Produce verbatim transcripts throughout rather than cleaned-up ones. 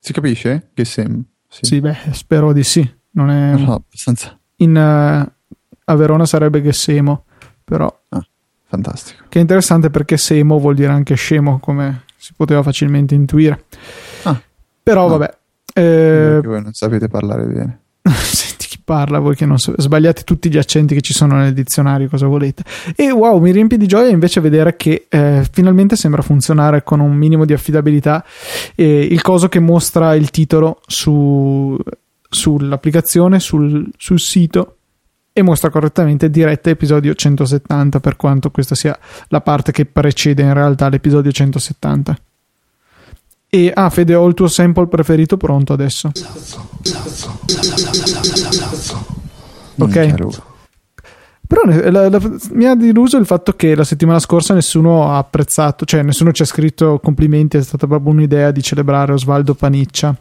Si capisce? Che sem- sì. Sì, beh, spero di sì. Non è... No, abbastanza. In, uh, a Verona sarebbe Gessemo, però... Ah, fantastico. Che è interessante perché Semo vuol dire anche scemo, come si poteva facilmente intuire. Ah, però no. vabbè. Perché Eh... voi non sapete parlare bene. Senti chi parla, voi che non so... sbagliate tutti gli accenti che ci sono nel dizionario, cosa volete? E wow, mi riempie di gioia invece vedere che eh, finalmente sembra funzionare con un minimo di affidabilità eh, il coso che mostra il titolo su, sull'applicazione, sul, sul sito, e mostra correttamente diretta episodio centosettanta, per quanto questa sia la parte che precede in realtà l'episodio centosettanta. E ah, Fede, ho il tuo sample preferito pronto adesso. Ok. Però la, la, mi ha deluso il fatto che la settimana scorsa nessuno ha apprezzato, cioè nessuno ci ha scritto complimenti, è stata proprio un'idea di celebrare Osvaldo Paniccia.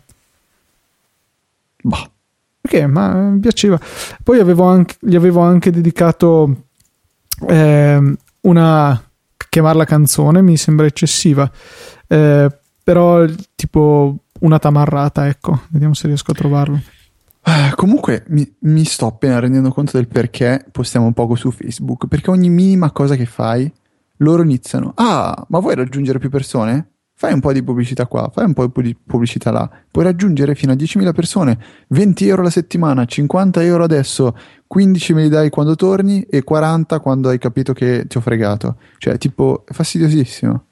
Bah. Perché? Ma mi piaceva. Poi avevo anche, gli avevo anche dedicato eh, una, chiamarla canzone mi sembra eccessiva, eh, però tipo una tamarrata, ecco, vediamo se riesco a trovarlo. Eh, comunque mi, mi sto appena rendendo conto del perché postiamo poco su Facebook, perché ogni minima cosa che fai loro iniziano: ah, ma vuoi raggiungere più persone? Fai un po' di pubblicità qua, fai un po' di pubblicità là, puoi raggiungere fino a diecimila persone, venti euro la settimana, cinquanta euro adesso, quindici me li dai quando torni e quaranta quando hai capito che ti ho fregato. Cioè, tipo, è fastidiosissimo.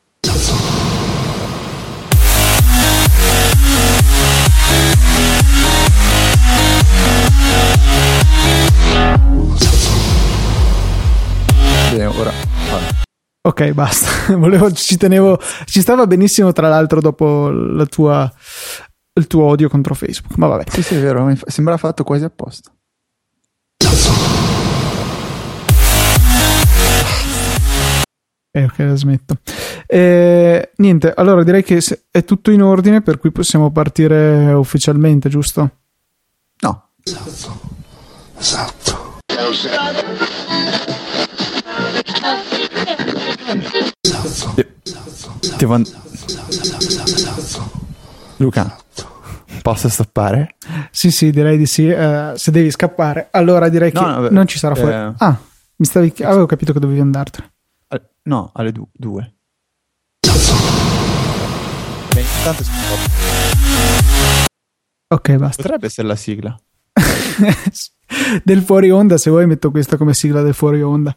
Bene, ora... Vabbè. Ok, basta. Volevo, ci tenevo, ci stava benissimo tra l'altro dopo la tua, il tuo odio contro Facebook, ma vabbè. Sì, sì, è vero, sembra fatto quasi apposta. Eh, ok, la smetto. Eh, niente, allora direi che è tutto in ordine, per cui possiamo partire ufficialmente, giusto? No. Esatto. Devo and- Luca, posso stoppare? Sì, sì, direi di sì. Uh, se devi scappare, allora direi no, che no, non ci sarà fuori. Eh... Ah, mi stavi... avevo capito che dovevi andartene. No, alle du- due. Beh, intanto ok, basta. Potrebbe essere la sigla del fuori onda. Se vuoi metto questa come sigla del fuori onda.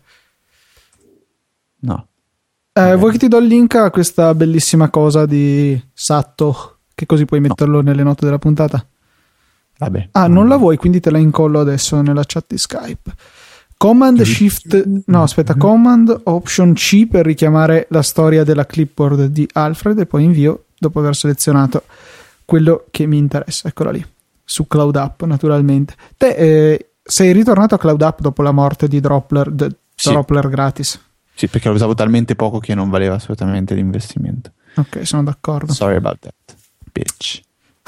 No. Eh, vuoi che ti do il link a questa bellissima cosa di Satto, che così puoi metterlo no. nelle note della puntata? Vabbè. Ah, non la vuoi, quindi te la incollo adesso nella chat di Skype. Command Shift, no aspetta, Command Option C per richiamare la storia della clipboard di Alfred e poi invio dopo aver selezionato quello che mi interessa. Eccola lì, su CloudUp naturalmente. Te eh, sei ritornato a CloudUp dopo la morte di Droplr, de, sì. Droplr gratis? Sì, perché lo usavo talmente poco che non valeva assolutamente l'investimento. Ok, sono d'accordo. Sorry about that, bitch.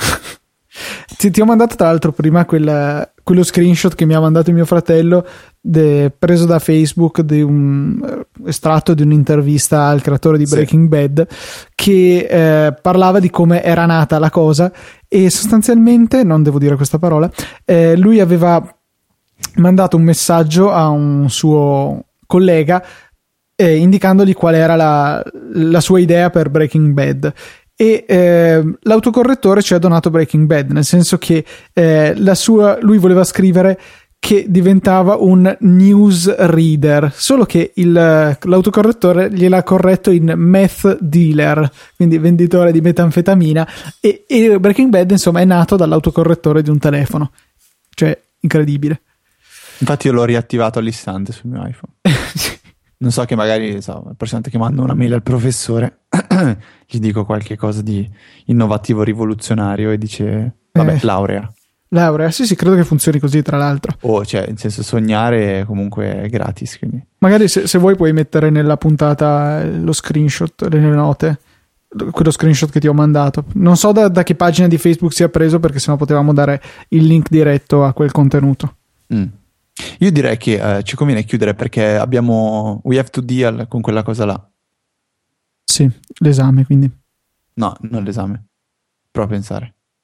ti, ti ho mandato tra l'altro prima quel, quello screenshot che mi ha mandato mio fratello de, preso da Facebook di un eh, estratto di un'intervista al creatore di Breaking sì. Bad che eh, parlava di come era nata la cosa e sostanzialmente, non devo dire questa parola, eh, lui aveva mandato un messaggio a un suo collega eh, indicandogli qual era la, la sua idea per Breaking Bad e eh, l'autocorrettore ci ha donato Breaking Bad, nel senso che eh, la sua, lui voleva scrivere che diventava un news reader, solo che il, l'autocorrettore gliel'ha corretto in meth dealer, quindi venditore di metanfetamina, e, e Breaking Bad insomma è nato dall'autocorrettore di un telefono, cioè incredibile. Infatti io l'ho riattivato all'istante sul mio iPhone. Non so, che magari so, la prossima volta che mando una mail al professore gli dico qualche cosa di innovativo, rivoluzionario e dice vabbè, eh, laurea. Laurea, sì sì, credo che funzioni così tra l'altro. O cioè, in senso, sognare comunque è gratis, quindi. Magari se, se vuoi puoi mettere nella puntata lo screenshot, nelle note, quello screenshot che ti ho mandato. Non so da, da che pagina di Facebook sia preso, perché sennò potevamo dare il link diretto a quel contenuto. Mm. Io direi che eh, ci conviene chiudere perché abbiamo we have to deal con quella cosa là. Sì, l'esame quindi. No, non l'esame. Prova a pensare.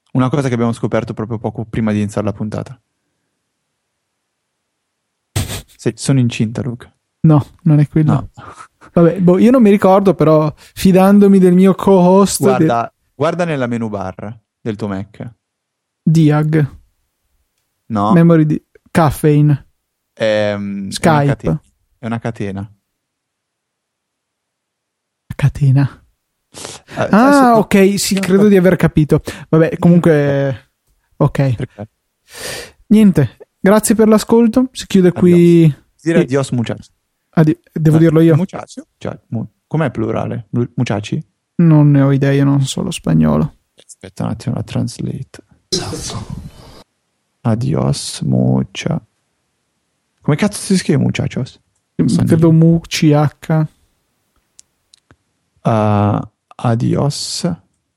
Una cosa che abbiamo scoperto proprio poco prima di iniziare la puntata. Sì, sono incinta, Luca. No, non è quello. No. Vabbè, boh, io non mi ricordo, però fidandomi del mio co-host Guarda, guarda nella menu bar del tuo Mac. Diag, No, memory di caffeine, è, mm, è una Skype, catena. È una catena. catena. Eh, Ah, adesso- ok, sì, credo di aver capito. Vabbè, comunque, ok. Perché? Niente, grazie per l'ascolto. Si chiude qui. Dire e- adios muchachos. adi- Devo Eh, dirlo io? Muchacho? Cioè, mu- com'è plurale? Mu- Muchachi? Non ne ho idea, io non so lo spagnolo. Aspetta un attimo, la translate. Adios mucha. Come cazzo si scrive muchachos? Non so Credo mu C H. Uh, adios.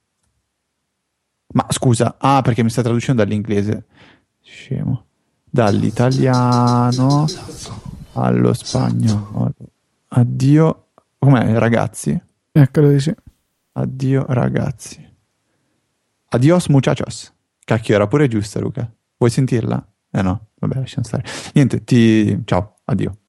Ma scusa, ah, perché mi sta traducendo dall'inglese. Scemo. Dall'italiano allo spagnolo. Addio. Com'è, ragazzi? Eh, credo di sì. Addio, ragazzi. Adios, muchachos. Cacchio, era pure giusta, Luca. Vuoi sentirla? Eh no, vabbè, lasciamo stare. Niente, ti... Ciao, addio.